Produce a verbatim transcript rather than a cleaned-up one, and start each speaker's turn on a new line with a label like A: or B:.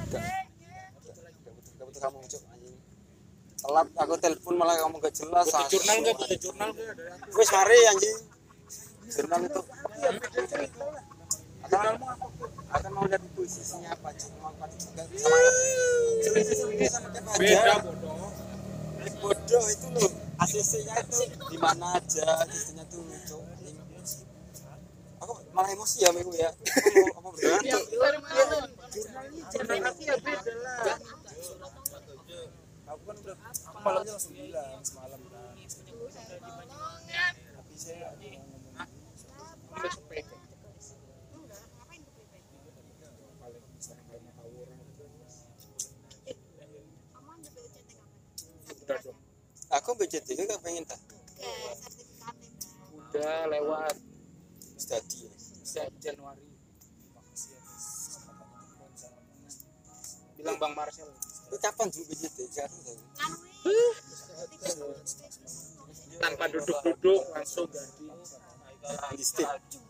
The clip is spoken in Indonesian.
A: Gak butuh kamu cuk anjing. Telat aku telepon malah kamu gak jelas.
B: Butuh jurnal enggak? Butuh jurnal enggak?
A: Wis mari anjing. Jurnal itu. Akan akan mau lihat posisinya apa cuk mau apa juga sama selisih sama kayak
B: beda bodoh.
A: Bodoh itu loh. A C C-nya itu di mana aja gitunya tuh cuk. Aku malah emosi ya minggu ya. Aku apa beneran cuk.
B: Jurnalnya jurnal aku ya beda lah. Aku kan udah malamnya langsung bilang semalam kan. Tapi saya ngomong besok P K. Paling sering banyak tawuran. Udah dong.
A: Aku B C T K gak pengen tak.
B: Udah lewat.
A: Stadi ya.
B: Sejak Januari. Makasih ya guys. Bilang Bang Marcel.
A: Itu kapan juga B C T K?
B: Tanpa duduk-duduk langsung ganti
A: Listik.